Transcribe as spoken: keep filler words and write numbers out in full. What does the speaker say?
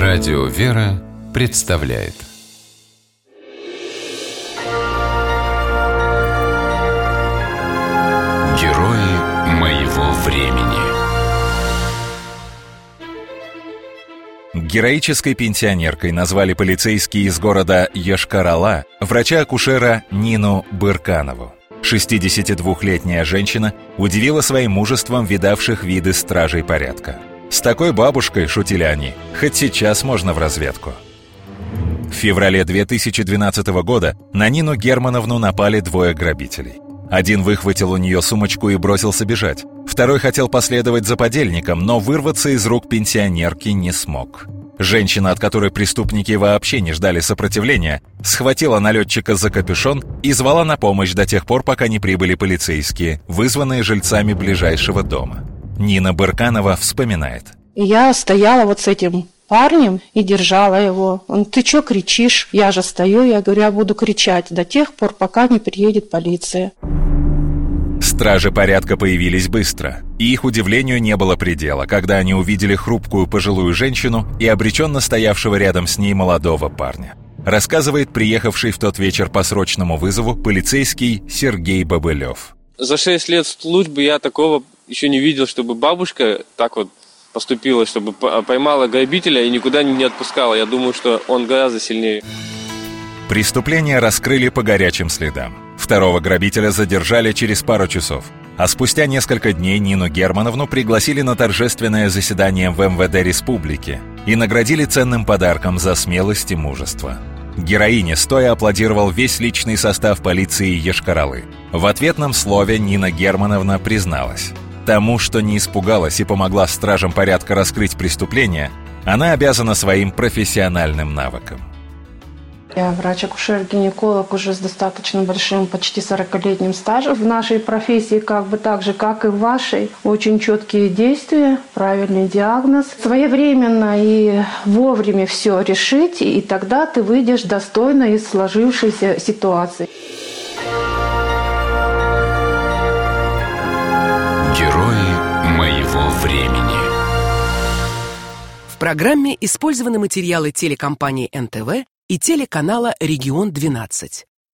Радио «Вера» представляет Герои моего времени. Героической пенсионеркой назвали полицейские из города Йошкар-Ола врача-акушера Нину Бырканову. шестидесятидвухлетняя женщина удивила своим мужеством видавших виды стражей порядка. «С такой бабушкой, — шутили они, — хоть сейчас можно в разведку». В феврале две тысячи двенадцатого года на Нину Германовну напали двое грабителей. Один выхватил у нее сумочку и бросился бежать. Второй хотел последовать за подельником, но вырваться из рук пенсионерки не смог. Женщина, от которой преступники вообще не ждали сопротивления, схватила налетчика за капюшон и звала на помощь до тех пор, пока не прибыли полицейские, вызванные жильцами ближайшего дома. Нина Бырканова вспоминает. Я стояла вот с этим парнем и держала его. Он: ты чё кричишь? Я же стою. Я говорю: я буду кричать до тех пор, пока не приедет полиция. Стражи порядка появились быстро, и их удивлению не было предела, когда они увидели хрупкую пожилую женщину и обреченно стоявшего рядом с ней молодого парня. Рассказывает приехавший в тот вечер по срочному вызову полицейский Сергей Бобылев. За шесть лет службы я такого еще не видел, чтобы бабушка так вот поступила, чтобы поймала грабителя и никуда не отпускала. Я думаю, что он гораздо сильнее. Преступление раскрыли по горячим следам. Второго грабителя задержали через пару часов. А спустя несколько дней Нину Германовну пригласили на торжественное заседание в эм вэ дэ республики и наградили ценным подарком за смелость и мужество. Героине стоя аплодировал весь личный состав полиции Йошкар-Олы. В ответном слове Нина Германовна призналась: тому, что не испугалась и помогла стражам порядка раскрыть преступление, она обязана своим профессиональным навыкам. Я врач-акушер-гинеколог уже с достаточно большим, почти сорокалетним стажем. В нашей профессии, как бы так же, как и в вашей, очень четкие действия, правильный диагноз. Своевременно и вовремя все решить, и тогда ты выйдешь достойно из сложившейся ситуации. Герои моего времени. В программе использованы материалы телекомпании эн тэ вэ и телеканала «Регион двенадцать».